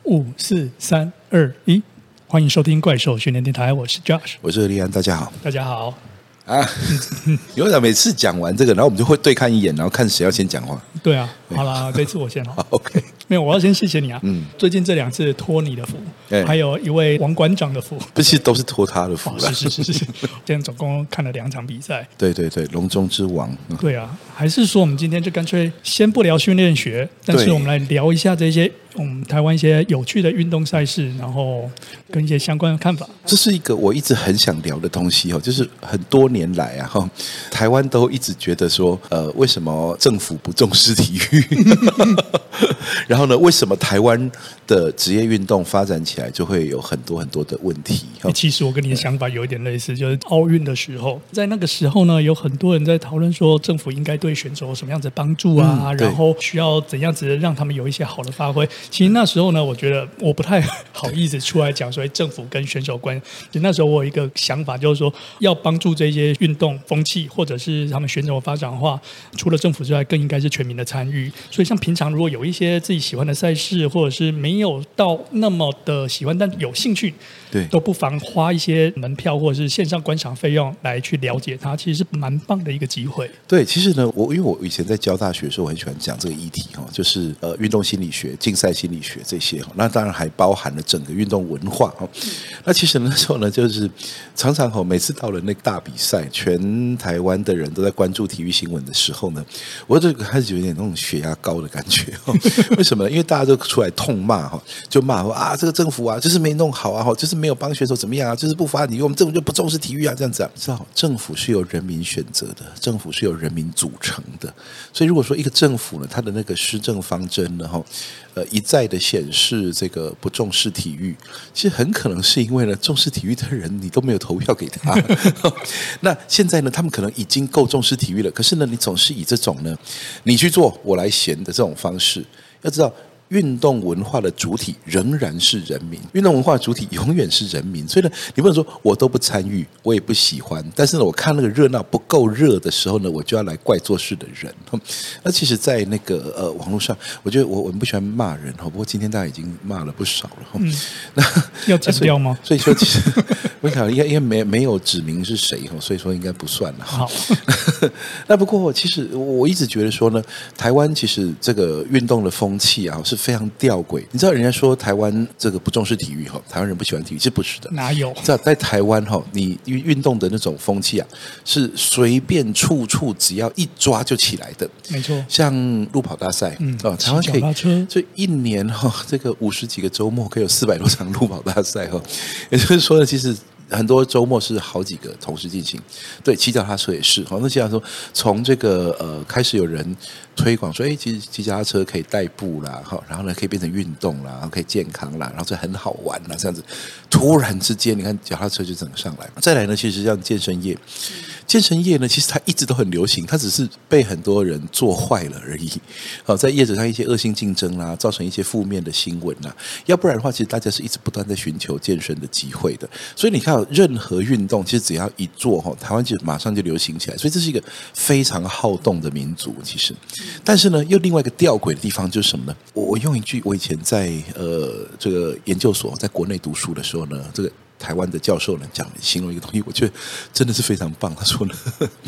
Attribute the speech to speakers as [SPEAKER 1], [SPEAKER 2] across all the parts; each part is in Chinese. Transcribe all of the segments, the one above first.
[SPEAKER 1] 5、4、3、2、1，欢迎收听怪兽训练电台，我是 Josh，
[SPEAKER 2] 我是利安，大家好。
[SPEAKER 1] 大家好。
[SPEAKER 2] 有点每次讲完这个，然后我们就会对看一眼，然后看谁要先讲话。
[SPEAKER 1] 对啊，好啦，这次我先好。
[SPEAKER 2] OK，
[SPEAKER 1] 没有，我要先谢谢你啊。最近这2次托你的福，还有一位王馆长的福，
[SPEAKER 2] 这其实都是托他的福啦。
[SPEAKER 1] 是。今天总共看了2场比赛。
[SPEAKER 2] 对，龙中之王。
[SPEAKER 1] 对啊，还是说我们今天就干脆先不聊训练学，但是我们来聊一下这些台湾一些有趣的运动赛事，然后跟一些相关的看法。
[SPEAKER 2] 这是一个我一直很想聊的东西，就是很多年来啊，台湾都一直觉得说，为什么政府不重视体育？然后呢，为什么台湾的职业运动发展起来就会有很多的问题？
[SPEAKER 1] 其实我跟你的想法有一点类似，就是奥运的时候，在那个时候呢，有很多人在讨论说，政府应该对选手有什么样子的帮助啊，然后需要怎样子让他们有一些好的发挥。其实那时候呢，我觉得我不太好意思出来讲所谓政府跟选手关系。其实那时候我有一个想法，就是说要帮助这些运动风气或者是他们选手发展的话，除了政府之外，更应该是全民的参与。所以像平常如果有一些自己喜欢的赛事，或者是没有到那么的喜欢但有兴趣，
[SPEAKER 2] 对，
[SPEAKER 1] 都不妨花一些门票或者是线上观赏费用来去了解它，其实是蛮棒的一个机会。
[SPEAKER 2] 对，其实呢，因为我以前在教大学的时候，我很喜欢讲这个议题就是运动心理学、竞赛心理学这些，那当然还包含了整个运动文化。那其实那时候呢，就是常常每次到了那个大比赛，全台湾的人都在关注体育新闻的时候呢，我就开始有点那种血压高的感觉。为什么呢？因为大家都出来痛骂，就骂说啊，这个政府啊，就是没弄好啊，就是没有帮选手怎么样啊，就是不发体育，我们政府就不重视体育啊，这样子啊。知道政府是由人民选择的，政府是由人民组成的，所以如果说一个政府呢，它的那个施政方针呢，一再的显示这个不重视体育，其实很可能是因为呢，重视体育的人你都没有投票给他。那现在呢，他们可能已经够重视体育了，可是呢，你总是以这种呢，你去做我来嫌的这种方式，要知道。运动文化的主体仍然是人民，运动文化的主体永远是人民，所以呢，你不能说我都不参与，我也不喜欢，但是呢，我看那个热闹不够热的时候呢，我就要来怪做事的人。那其实，在那个网络上，我觉得我们不喜欢骂人，不过今天大家已经骂了不少了。那
[SPEAKER 1] 要剪掉吗？
[SPEAKER 2] 所以说，其实我想应该没有指明是谁，所以说应该不算了。
[SPEAKER 1] 好，
[SPEAKER 2] 那不过其实我一直觉得说呢，台湾其实这个运动的风气啊是非常吊诡。你知道人家说台湾这个不重视体育，台湾人不喜欢体育，是不是的？
[SPEAKER 1] 哪有？
[SPEAKER 2] 知道在台湾你运动的那种风气啊，是随便处只要一抓就起来的。
[SPEAKER 1] 没错，
[SPEAKER 2] 像路跑大赛，台湾可以这一年这个50几个周末可以有400多场路跑大赛也就是说呢，其实。很多周末是好几个同时进行，对，骑脚踏车也是。那骑脚踏车从这个开始有人推广说，其实骑脚踏车可以代步啦，然后呢可以变成运动啦，然后可以健康啦，然后这很好玩啦，这样子。突然之间，你看脚踏车就整个上来。再来呢，其实像健身业呢，其实它一直都很流行，它只是被很多人做坏了而已。在业者上一些恶性竞争啦，造成一些负面的新闻啦。要不然的话，其实大家是一直不断在寻求健身的机会的。所以你看。任何运动其实只要一做台湾就马上就流行起来，所以这是一个非常好动的民族。其实，但是呢，又另外一个吊诡的地方就是什么呢？我用一句我以前在这个研究所在国内读书的时候呢，这个台湾的教授呢讲的形容一个东西，我觉得真的是非常棒。他说呢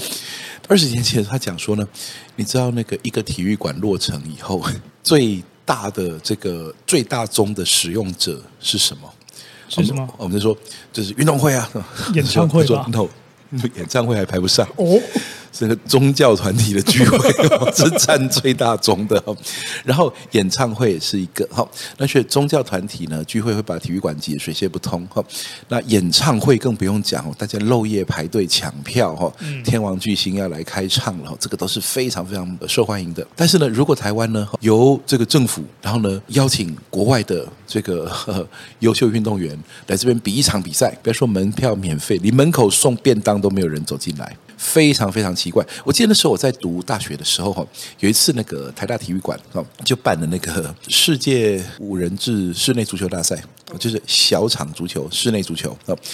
[SPEAKER 2] ，20年前他讲说呢，你知道那个一个体育馆落成以后，最大宗的使用者是什么？
[SPEAKER 1] 是什么？
[SPEAKER 2] 我们就说这是运动会啊，
[SPEAKER 1] 演唱会吧？
[SPEAKER 2] No， 演唱会还排不上
[SPEAKER 1] 哦。
[SPEAKER 2] 这个宗教团体的聚会是占最大宗的，然后演唱会也是一个。那所以宗教团体呢聚会会把体育馆挤得水泄不通，那演唱会更不用讲，大家漏夜排队抢票，天王巨星要来开唱了，这个都是非常非常受欢迎的。但是呢，如果台湾呢由这个政府，然后呢邀请国外的这个优秀运动员来这边比一场比赛，不要说门票免费，连门口送便当都没有人走进来。非常非常奇怪。我记得那时候我在读大学的时候，有一次那个台大体育馆就办了那个世界5人制室内足球大赛，就是小场足球、室内足球。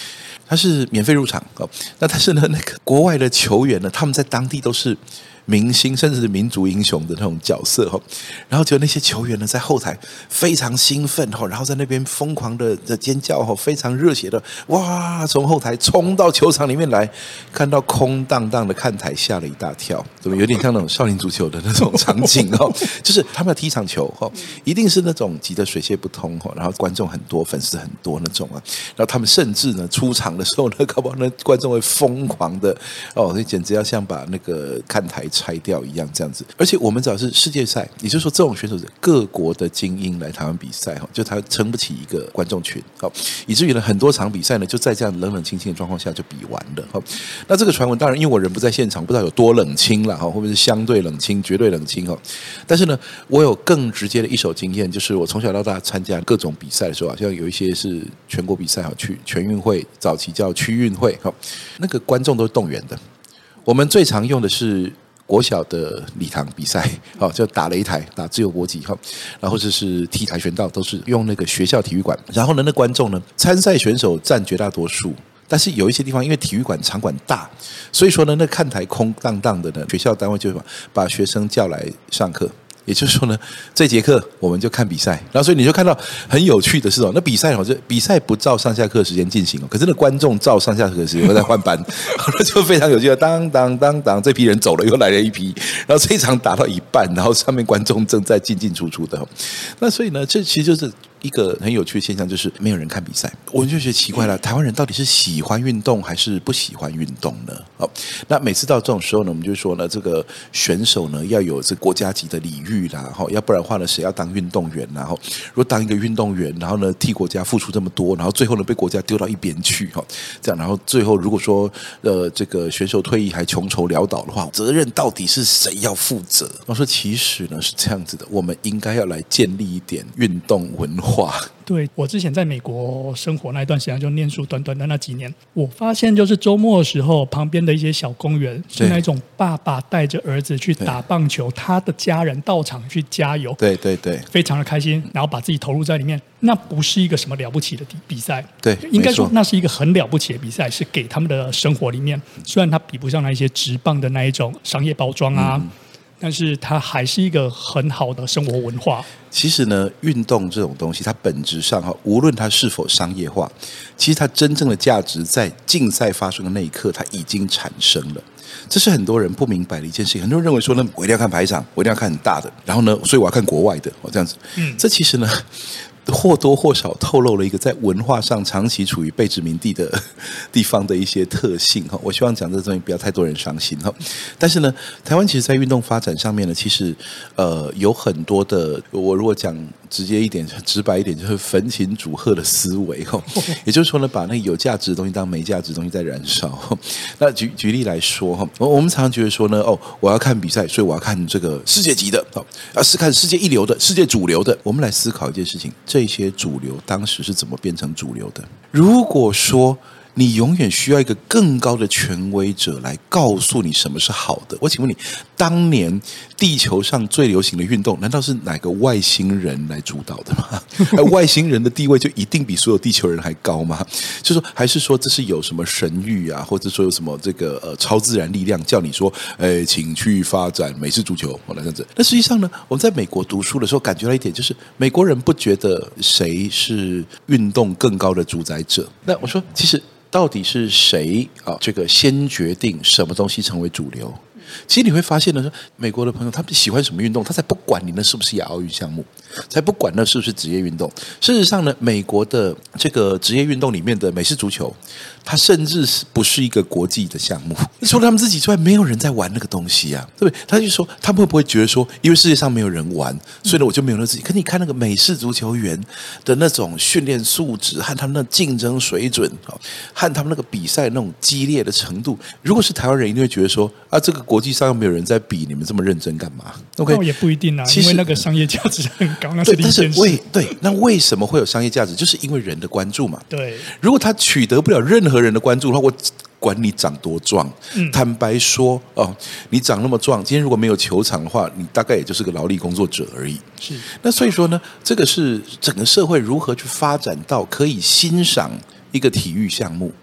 [SPEAKER 2] 它是免费入场那但是呢，那个国外的球员呢，他们在当地都是明星甚至是民族英雄的那种角色然后就那些球员呢在后台非常兴奋然后在那边疯狂的尖叫非常热血的哇，从后台冲到球场里面来，看到空荡荡的看台吓了一大跳，怎么有点像那种少林足球的那种场景就是他们要踢一场球一定是那种挤得水泄不通然后观众很多，粉丝很多那种然后他们甚至呢出场的时候呢，搞不好那观众会疯狂的所以简直要像把那个看台拆掉一样这样子。而且我们只要是世界赛，也就是说这种选手是各国的精英来台湾比赛就他撑不起一个观众群以至于呢很多场比赛呢就在这样冷冷清清的状况下就比完了那这个传闻当然因为我人不在现场，不知道有多冷清啦会不会是相对冷清绝对冷清但是呢我有更直接的一手经验，就是我从小到大参加各种比赛的时候像有一些是全国比赛去全运会，早期叫区运会那个观众都是动员的。我们最常用的是国小的礼堂比赛就打擂台，打自由搏击然后或者是踢跆拳道，都是用那个学校体育馆。然后呢那观众呢，参赛选手占绝大多数，但是有一些地方因为体育馆场馆大，所以说呢那看台空荡荡的呢，学校单位就把学生叫来上课。也就是说呢，这节课我们就看比赛，然后所以你就看到很有趣的是那比赛比赛不照上下课时间进行可是那观众照上下课时间会在换班那就非常有趣当当当当，这批人走了又来了一批，然后这一场打到一半，然后上面观众正在进进出出的那所以呢这其实就是一个很有趣的现象，就是没有人看比赛。我就觉得奇怪了，台湾人到底是喜欢运动还是不喜欢运动呢？那每次到这种时候呢，我们就说呢，这个选手呢要有这国家级的礼遇啦，要不然的话呢，谁要当运动员？然后如果当一个运动员，然后呢替国家付出这么多，然后最后呢被国家丢到一边去这样，然后最后如果说这个选手退役还穷愁潦倒的话，责任到底是谁要负责？我说其实呢是这样子的，我们应该要来建立一点运动文化。
[SPEAKER 1] 对，我之前在美国生活那一段时间，就念书短短的那几年，我发现就是周末的时候，旁边的一些小公园是那种爸爸带着儿子去打棒球，他的家人到场去加油，
[SPEAKER 2] 对对对，
[SPEAKER 1] 非常的开心，然后把自己投入在里面。那不是一个什么了不起的比赛，
[SPEAKER 2] 对，
[SPEAKER 1] 应该说那是一个很了不起的比赛，是给他们的生活里面，虽然它比不上那一些职棒的那一种商业包装啊。但是它还是一个很好的生活文化。
[SPEAKER 2] 其实呢，运动这种东西，它本质上无论它是否商业化，其实它真正的价值在竞赛发生的那一刻，它已经产生了。这是很多人不明白的一件事情。很多人认为说呢，我一定要看排场，我一定要看很大的，然后呢，所以我要看国外的，这样子。这其实呢，或多或少透露了一个在文化上长期处于被殖民地的地方的一些特性。我希望讲这东西不要太多人伤心。但是呢，台湾其实在运动发展上面呢，其实有很多的，我如果讲直接一点直白一点，就是焚琴煮鹤的思维。也就是说呢，把那个有价值的东西当没价值的东西在燃烧。那举例来说，我们常常觉得说呢，我要看比赛，所以我要看这个世界级的，是看世界一流的、世界主流的。我们来思考一件事情，这些主流当时是怎么变成主流的？如果说你永远需要一个更高的权威者来告诉你什么是好的，我请问你，当年地球上最流行的运动，难道是哪个外星人来主导的吗？外星人的地位就一定比所有地球人还高吗？就是说，还是说这是有什么神谕啊，或者说有什么这个超自然力量叫你说，请去发展美式足球，这样子。那实际上呢，我们在美国读书的时候，感觉到一点就是，美国人不觉得谁是运动更高的主宰者。那我说，其实到底是谁这个先决定什么东西成为主流？其实你会发现呢，说美国的朋友他们喜欢什么运动，他才不管你那是不是亚奥运项目，才不管那是不是职业运动。事实上呢，美国的这个职业运动里面的美式足球，它甚至不是一个国际的项目，除了他们自己之外，没有人在玩那个东西啊，对不对？他就说，他们会不会觉得说，因为世界上没有人玩，所以呢我就没有那自己？可你看那个美式足球员的那种训练素质和他们的竞争水准，和他们那个比赛那种激烈的程度，如果是台湾人，一定会觉得说，这个国际上又没有人在比，你们这么认真干嘛 ？OK，
[SPEAKER 1] 也不一定啊，因为那个商业价值很高，那
[SPEAKER 2] 是
[SPEAKER 1] 另一件事。
[SPEAKER 2] 那为什么会有商业价值？就是因为人的关注嘛。
[SPEAKER 1] 对，
[SPEAKER 2] 如果他取得不了任何人的关注的话，我管你长多壮。坦白说，你长那么壮，今天如果没有球场的话，你大概也就是个劳力工作者而已。
[SPEAKER 1] 是。
[SPEAKER 2] 那所以说呢，这个是整个社会如何去发展到可以欣赏一个体育项目，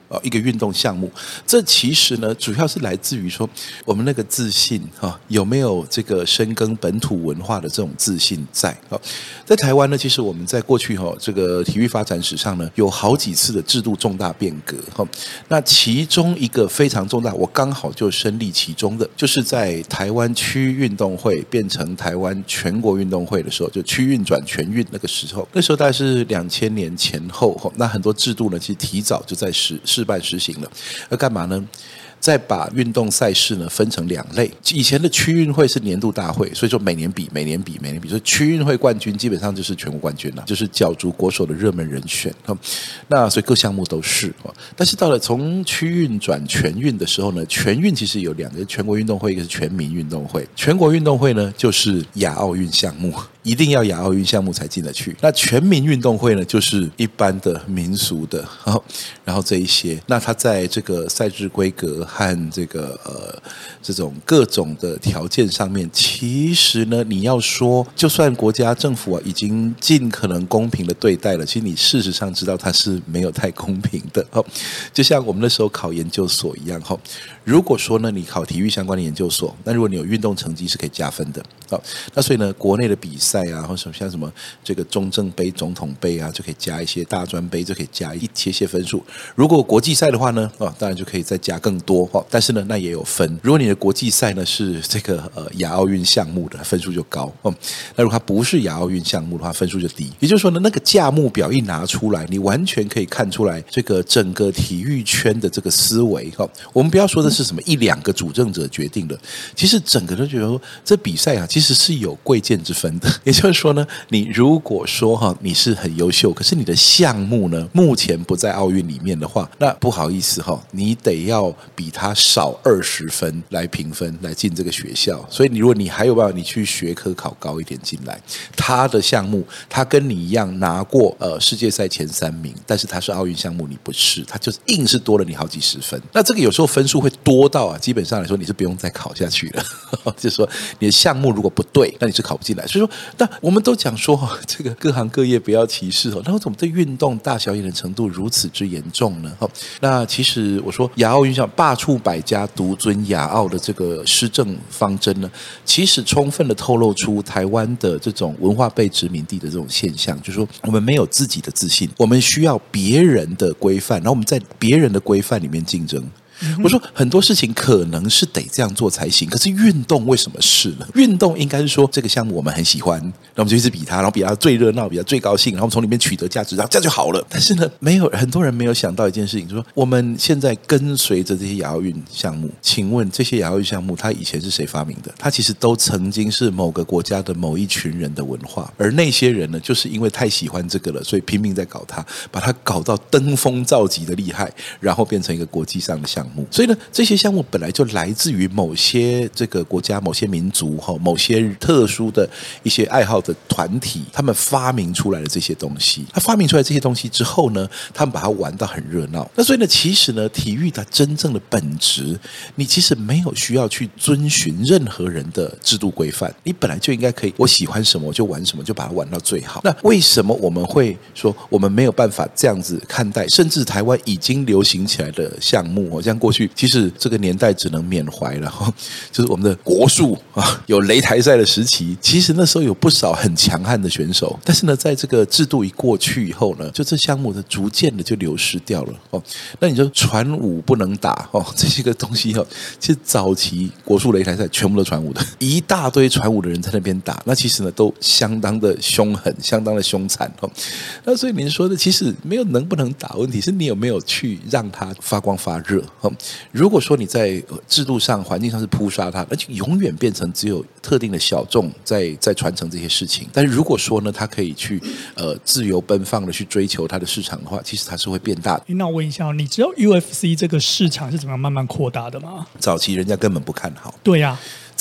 [SPEAKER 2] 一个运动项目。这其实呢，主要是来自于说我们那个自信有没有这个深耕本土文化的这种自信在。在台湾呢，其实我们在过去这个体育发展史上呢，有好几次的制度重大变革。那其中一个非常重大，我刚好就身历其中的，就是在台湾区运动会变成台湾全国运动会的时候，就区运转全运那个时候，那时候大概是2000年前后，那很多制度呢，其实提早就在试办实行了。要干嘛呢？再把运动赛事呢分成2类。以前的区运会是年度大会，所以说每年比，所以区运会冠军基本上就是全国冠军了，就是角逐国手的热门人选。那所以各项目都是。但是到了从区运转全运的时候呢，全运其实有2个，全国运动会，一个是全民运动会。全国运动会呢就是亚奥运项目，一定要亚奥运项目才进得去。那全民运动会呢，就是一般的民俗的，然后这一些，那它在这个赛制规格和这种各种的条件上面，其实呢，你要说，就算国家政府已经尽可能公平的对待了，其实你事实上知道它是没有太公平的。就像我们那时候考研究所一样，如果说呢，你考体育相关的研究所，那如果你有运动成绩是可以加分的。那所以呢，国内的比赛啊，或者像什么这个中正杯、总统杯啊，就可以加一些，大专杯就可以加一些分数。如果国际赛的话呢，当然就可以再加更多。但是呢，那也有分。如果你的国际赛呢是这个亚奥运项目的，分数就高。那如果它不是亚奥运项目的话，分数就低。也就是说呢，那个价目表一拿出来，你完全可以看出来这个整个体育圈的这个思维。我们不要说的是什么1-2个主政者决定的，其实整个都觉得说，这比赛啊，其实是有贵贱之分的。也就是说呢，你如果说你是很优秀，可是你的项目呢目前不在奥运里面的话，那不好意思你得要比他少20分来评分来进这个学校。所以如果你还有办法，你去学科考高一点进来，他的项目他跟你一样拿过世界赛前3名，但是他是奥运项目，你不是，他就是硬是多了你好几十分。那这个有时候分数会多到基本上来说你是不用再考下去了。就是说你的项目如果不对，那你是考不进来。所以说，那我们都讲说这个各行各业不要歧视那为什么对运动大小眼的程度如此之严重呢？那其实我说亚奥运上罢黜百家，独尊亚奥的这个施政方针呢，其实充分的透露出台湾的这种文化被殖民地的这种现象，就是说我们没有自己的自信，我们需要别人的规范，然后我们在别人的规范里面竞争。我说很多事情可能是得这样做才行，可是运动为什么是呢？运动应该是说这个项目我们很喜欢，那我们就一直比它，然后比它最热闹，比它最高兴，然后从里面取得价值，然后这样就好了。但是呢，很多人没有想到一件事情，就是说我们现在跟随着这些亚奥运项目，请问这些亚奥运项目它以前是谁发明的？它其实都曾经是某个国家的某一群人的文化，而那些人呢，就是因为太喜欢这个了，所以拼命在搞它，把它搞到登峰造极的厉害，然后变成一个国际上的项目。所以呢，这些项目本来就来自于某些这个国家、某些民族、某些特殊的一些爱好的团体，他们发明出来的这些东西。他发明出来这些东西之后呢，他们把它玩到很热闹。那所以呢，其实呢，体育它真正的本质，你其实没有需要去遵循任何人的制度规范，你本来就应该可以，我喜欢什么我就玩什么，就把它玩到最好。那为什么我们会说我们没有办法这样子看待，甚至台湾已经流行起来的项目像过去其实这个年代只能缅怀了，就是我们的国术有擂台赛的时期，其实那时候有不少很强悍的选手，但是呢，在这个制度一过去以后呢，就这项目的逐渐的就流失掉了那你说传武不能打这些个东西其实早期国术擂台赛全部都传武的，一大堆传武的人在那边打，那其实呢都相当的凶狠，相当的凶残那所以您说的其实没有能不能打问题，是你有没有去让它发光发热如果说你在制度上、环境上是扑杀它，而且永远变成只有特定的小众在传承这些事情。但是如果说呢，它可以去自由奔放的去追求它的市场的话，其实它是会变大的。
[SPEAKER 1] 那我问一下，你知道 UFC 这个市场是怎么样慢慢扩大的吗？
[SPEAKER 2] 早期人家根本不看好。
[SPEAKER 1] 对呀。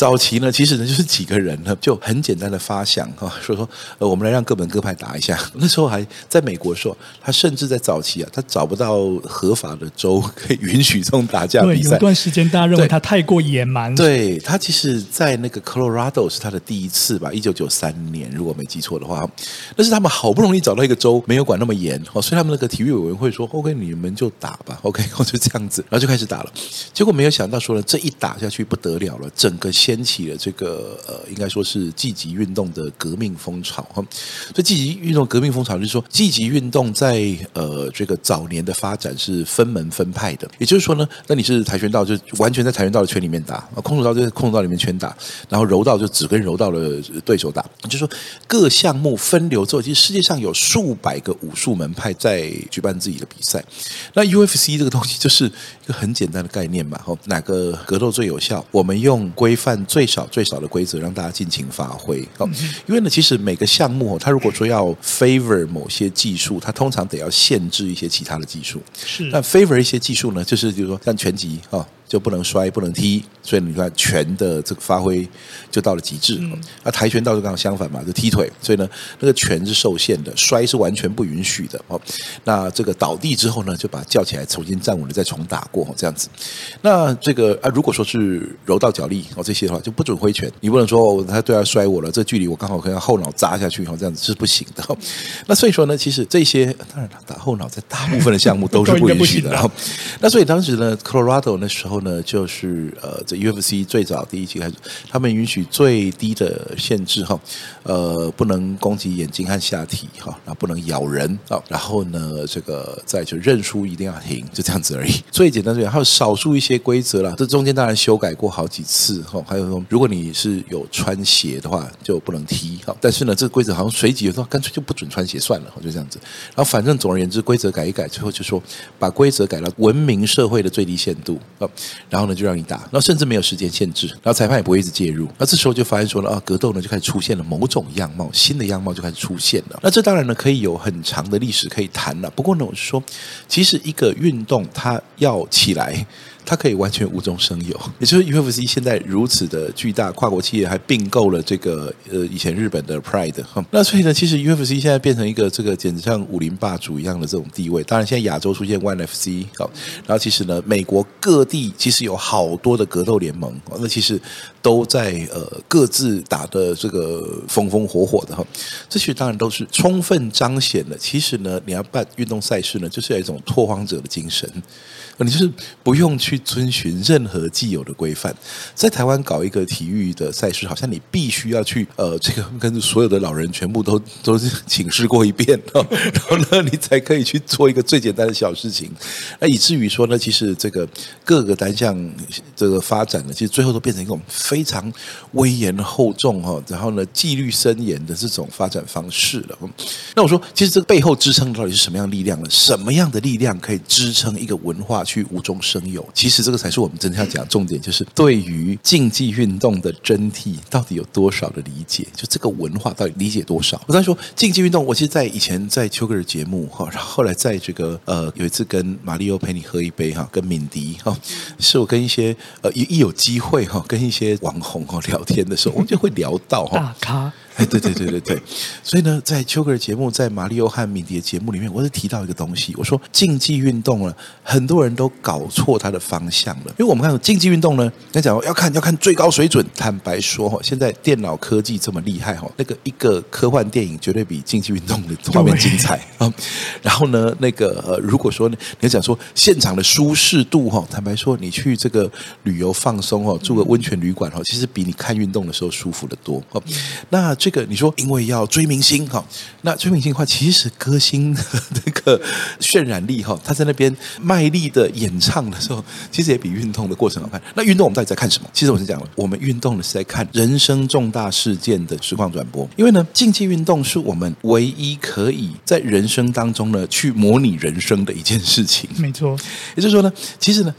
[SPEAKER 2] 早期呢，其实呢就是几个人呢就很简单的发想说我们来让各门各派打一下。那时候还在美国的时候，他甚至在早期他找不到合法的州可以允许这种打架比赛。
[SPEAKER 1] 对，有段时间大家认为他太过野蛮。
[SPEAKER 2] 对，他其实在那个 Colorado 是他的第一次吧，1993年如果没记错的话，那是他们好不容易找到一个州没有管那么严所以他们那个体育委员会说 OK 你们就打吧 OK 就这样子，然后就开始打了。结果没有想到说呢，这一打下去不得了了，整个掀起了这个应该说是积极运动的革命风潮所以积极运动革命风潮就是说，积极运动在这个早年的发展是分门分派的。也就是说呢，那你是跆拳道就完全在跆拳道的圈里面打，空手道就在空手道里面圈打，然后柔道就只跟柔道的对手打。就是说各项目分流之后，其实世界上有数百个武术门派在举办自己的比赛。那 UFC 这个东西就是一个很简单的概念嘛，哪个格斗最有效，我们用规范最少的规则让大家尽情发挥。因为呢，其实每个项目它如果说要 favor 某些技术，它通常得要限制一些其他的技术。
[SPEAKER 1] 是，
[SPEAKER 2] 那 favor 一些技术呢，就是比如说像拳击就不能摔不能踢，所以你看拳的这个发挥就到了极致。跆拳道就刚好相反嘛，就踢腿，所以呢那个拳是受限的，摔是完全不允许的那这个倒地之后呢，就把它叫起来重新站稳了再重打过这样子。那这个如果说是柔道脚力这些的话就不准挥拳，你不能说他对他摔我了，这距离我刚好可以后脑扎下去这样子是不行的那所以说呢，其实这些当然打后脑在大部分的项目都是不允许的那所以当时呢 Colorado 那时候呢，就是这 UFC 最早第一期开始，他们允许最低的限制不能攻击眼睛和下体然后不能咬人然后呢这个再就认输一定要停，就这样子而已。最简单还有少数一些规则啦，这中间当然修改过好几次还有说如果你是有穿鞋的话就不能踢但是呢这个规则好像随即有时候干脆就不准穿鞋算了就这样子。然后反正总而言之规则改一改，最后就说把规则改到文明社会的最低限度然后呢就让你打，然后甚至没有时间限制，然后裁判也不会一直介入。那这时候就发现说呢格斗呢就开始出现了某种样貌，新的样貌就开始出现了。那这当然呢可以有很长的历史可以谈了。不过呢我是说，其实一个运动它要起来，它可以完全无中生有，也就是 UFC 现在如此的巨大，跨国企业还并购了这个以前日本的 Pride 那所以呢，其实 UFC 现在变成一个这个简直像武林霸主一样的这种地位。当然，现在亚洲出现 ONE FC 然后其实呢，美国各地其实有好多的格斗联盟，那其实都在各自打的这个风风火火的这些当然都是充分彰显了，其实呢，你要办运动赛事呢，就是有一种拓荒者的精神。你就是不用去遵循任何既有的规范。在台湾搞一个体育的赛事，好像你必须要去这个跟所有的老人全部都是请示过一遍然后呢你才可以去做一个最简单的小事情。那以至于说呢，其实这个各个单项这个发展呢，其实最后都变成一种非常威严厚重然后呢纪律森严的这种发展方式了。那我说，其实这个背后支撑到底是什么样的力量呢？什么样的力量可以支撑一个文化去无中生有？其实这个才是我们真正要讲重点，就是对于竞技运动的真谛到底有多少的理解，就这个文化到底理解多少。我在说竞技运动，我其实在以前在丘克尔节目然后后来在这个有一次跟马里欧陪你喝一杯跟敏迪是我跟一些一有机会跟一些网红聊天的时候，我们就会聊到
[SPEAKER 1] 大咖
[SPEAKER 2] 对，所以呢，在丘克尔节目，在马里欧和敏迪的节目里面，我是提到一个东西，我说竞技运动呢，很多人都搞错它的方向了。因为我们看竞技运动呢，要讲要看最高水准。坦白说现在电脑科技这么厉害那个一个科幻电影绝对比竞技运动的画面精彩然后呢，那个如果说你要讲说现场的舒适度坦白说，你去这个旅游放松住个温泉旅馆其实比你看运动的时候舒服得多那这个你说因为要追明星那追明星的话，其实歌星的那个渲染力他在那边卖力的演唱的时候，其实也比运动的过程好看。那运动我们到底在看什么？其实我是讲了，我们运动的是在看人生重大事件的实况转播。因为呢，竞技运动是我们唯一可以在人生当中呢去模拟人生的一件事情。
[SPEAKER 1] 没错，
[SPEAKER 2] 也就是说呢，其实呢，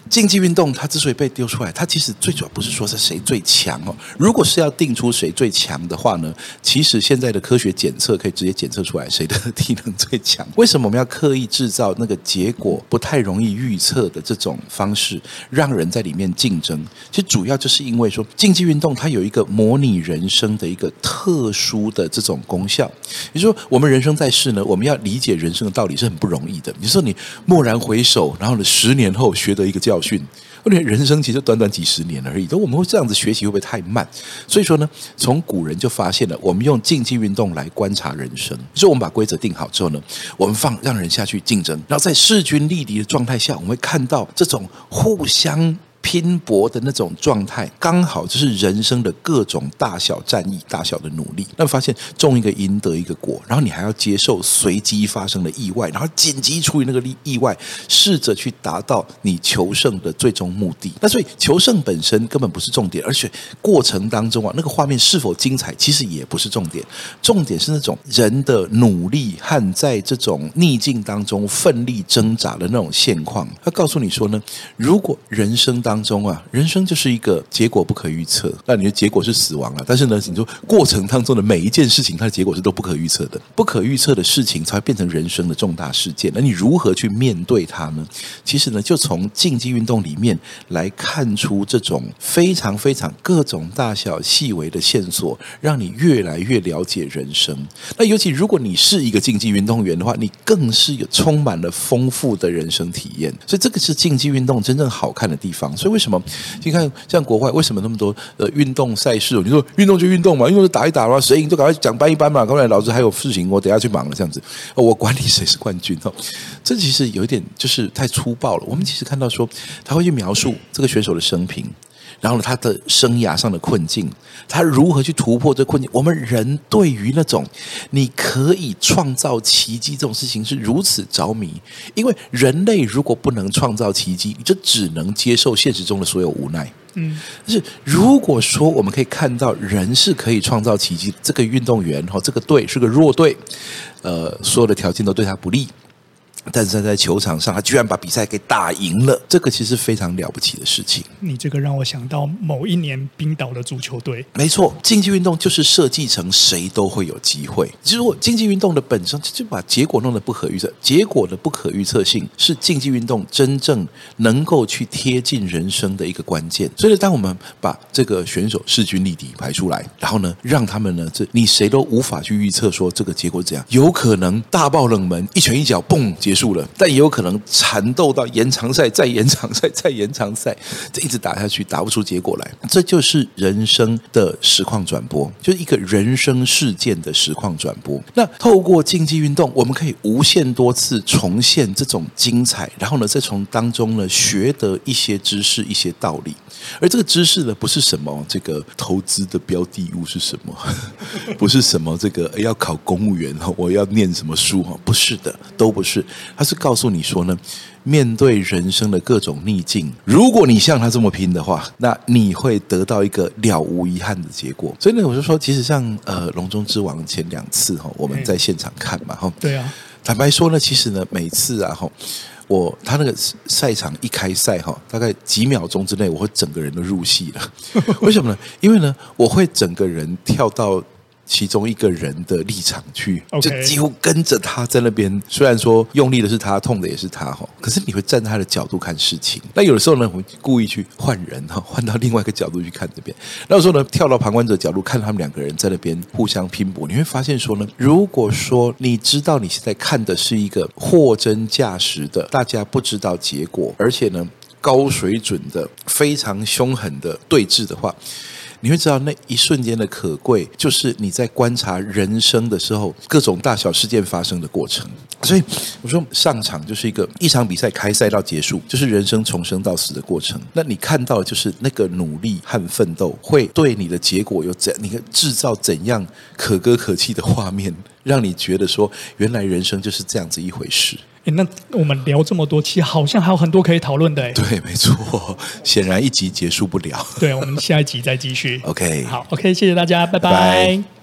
[SPEAKER 2] 竞技运动它之所以被丢出来，它其实最主要不是说是谁最强哦。如果是要定出谁最强的话呢，其实现在的科学检测可以直接检测出来谁的体能最强。为什么我们要刻意制造那个结果不太容易预测的这种方式，让人在里面竞争？其实主要就是因为说竞技运动它有一个模拟人生的一个特殊的这种功效。也就是说，我们人生在世呢，我们要理解人生的道理是很不容易的。你说你蓦然回首，然后呢10年后学得一个教训，人生其实短短几十年而已，我们会这样子学习会不会太慢？所以说呢，从古人就发现了，我们用竞技运动来观察人生，就是我们把规则定好之后呢，我们让人下去竞争，然后在势均力敌的状态下，我们会看到这种互相拼搏的那种状态，刚好就是人生的各种大小战役、大小的努力。那发现种一个因得一个果，然后你还要接受随机发生的意外，然后紧急处理那个意外，试着去达到你求胜的最终目的。那所以求胜本身根本不是重点，而且过程当中啊，那个画面是否精彩，其实也不是重点。重点是那种人的努力和在这种逆境当中奋力挣扎的那种现况。他告诉你说呢，如果人生当中啊，人生就是一个结果不可预测，那你的结果是死亡了，但是呢，你说过程当中的每一件事情，它的结果是都不可预测的，不可预测的事情才会变成人生的重大事件。那你如何去面对它呢？其实呢，就从竞技运动里面来看出这种非常非常各种大小细微的线索，让你越来越了解人生。那尤其如果你是一个竞技运动员的话，你更是有充满了丰富的人生体验。所以这个是竞技运动真正好看的地方。所以为什么你看像国外为什么那么多运动赛事？你说运动就运动嘛，运动就打一打嘛，谁赢就赶快讲颁一颁嘛。刚才老师还有事情，我等一下去忙了，这样子我管你谁是冠军哦。这其实有一点就是太粗暴了。我们其实看到说他会去描述这个选手的生平，然后呢，他的生涯上的困境，他如何去突破这困境？我们人对于那种你可以创造奇迹这种事情是如此着迷，因为人类如果不能创造奇迹，你就只能接受现实中的所有无奈。但是如果说我们可以看到人是可以创造奇迹，这个运动员这个队是个弱队，所有的条件都对他不利。但是他在球场上，他居然把比赛给打赢了，这个其实非常了不起的事情。
[SPEAKER 1] 你这个让我想到某一年冰岛的足球队。
[SPEAKER 2] 没错，竞技运动就是设计成谁都会有机会。如果竞技运动的本身就把结果弄得不可预测，结果的不可预测性是竞技运动真正能够去贴近人生的一个关键。所以当我们把这个选手势均力敌排出来，然后呢，让他们呢，你谁都无法去预测说这个结果怎样，有可能大爆冷门，一拳一脚蹦结束了，但也有可能缠斗到延长赛，再延长赛，再延长赛，这一直打下去，打不出结果来。这就是人生的实况转播，就是一个人生事件的实况转播。那透过竞技运动，我们可以无限多次重现这种精彩，然后呢，再从当中呢学得一些知识、一些道理。而这个知识呢，不是什么这个投资的标的物是什么，不是什么这个要考公务员，我要念什么书，不是的，都不是。他是告诉你说呢，面对人生的各种逆境，如果你像他这么拼的话，那你会得到一个了无遗憾的结果。所以呢，我就说，其实像隆中之王前2次我们在现场看嘛，
[SPEAKER 1] 对啊，
[SPEAKER 2] 坦白说呢，其实呢，每次啊他那个赛场一开赛大概几秒钟之内，我会整个人都入戏了。为什么呢？因为呢，我会整个人跳到其中一个人的立场去，就几乎跟着他在那边。虽然说用力的是他，痛的也是他，可是你会站在他的角度看事情。那有的时候呢，我故意去换人，换到另外一个角度去看这边。那有时候呢，跳到旁观者角度看他们2个人在那边互相拼搏，你会发现说呢，如果说你知道你现在看的是一个货真价实的，大家不知道结果，而且呢高水准的、非常凶狠的对峙的话，你会知道那一瞬间的可贵，就是你在观察人生的时候各种大小事件发生的过程。所以我说上场就是一场比赛开赛到结束，就是人生从生到死的过程。那你看到的就是那个努力和奋斗会对你的结果有你可以制造怎样可歌可泣的画面，让你觉得说原来人生就是这样子一回事。
[SPEAKER 1] 那我们聊这么多，其实好像还有很多可以讨论的。
[SPEAKER 2] 对，没错，显然一集结束不了。
[SPEAKER 1] 对，我们下一集再继续。
[SPEAKER 2] OK，
[SPEAKER 1] 好 ，OK， 谢谢大家，拜拜。
[SPEAKER 2] 拜拜。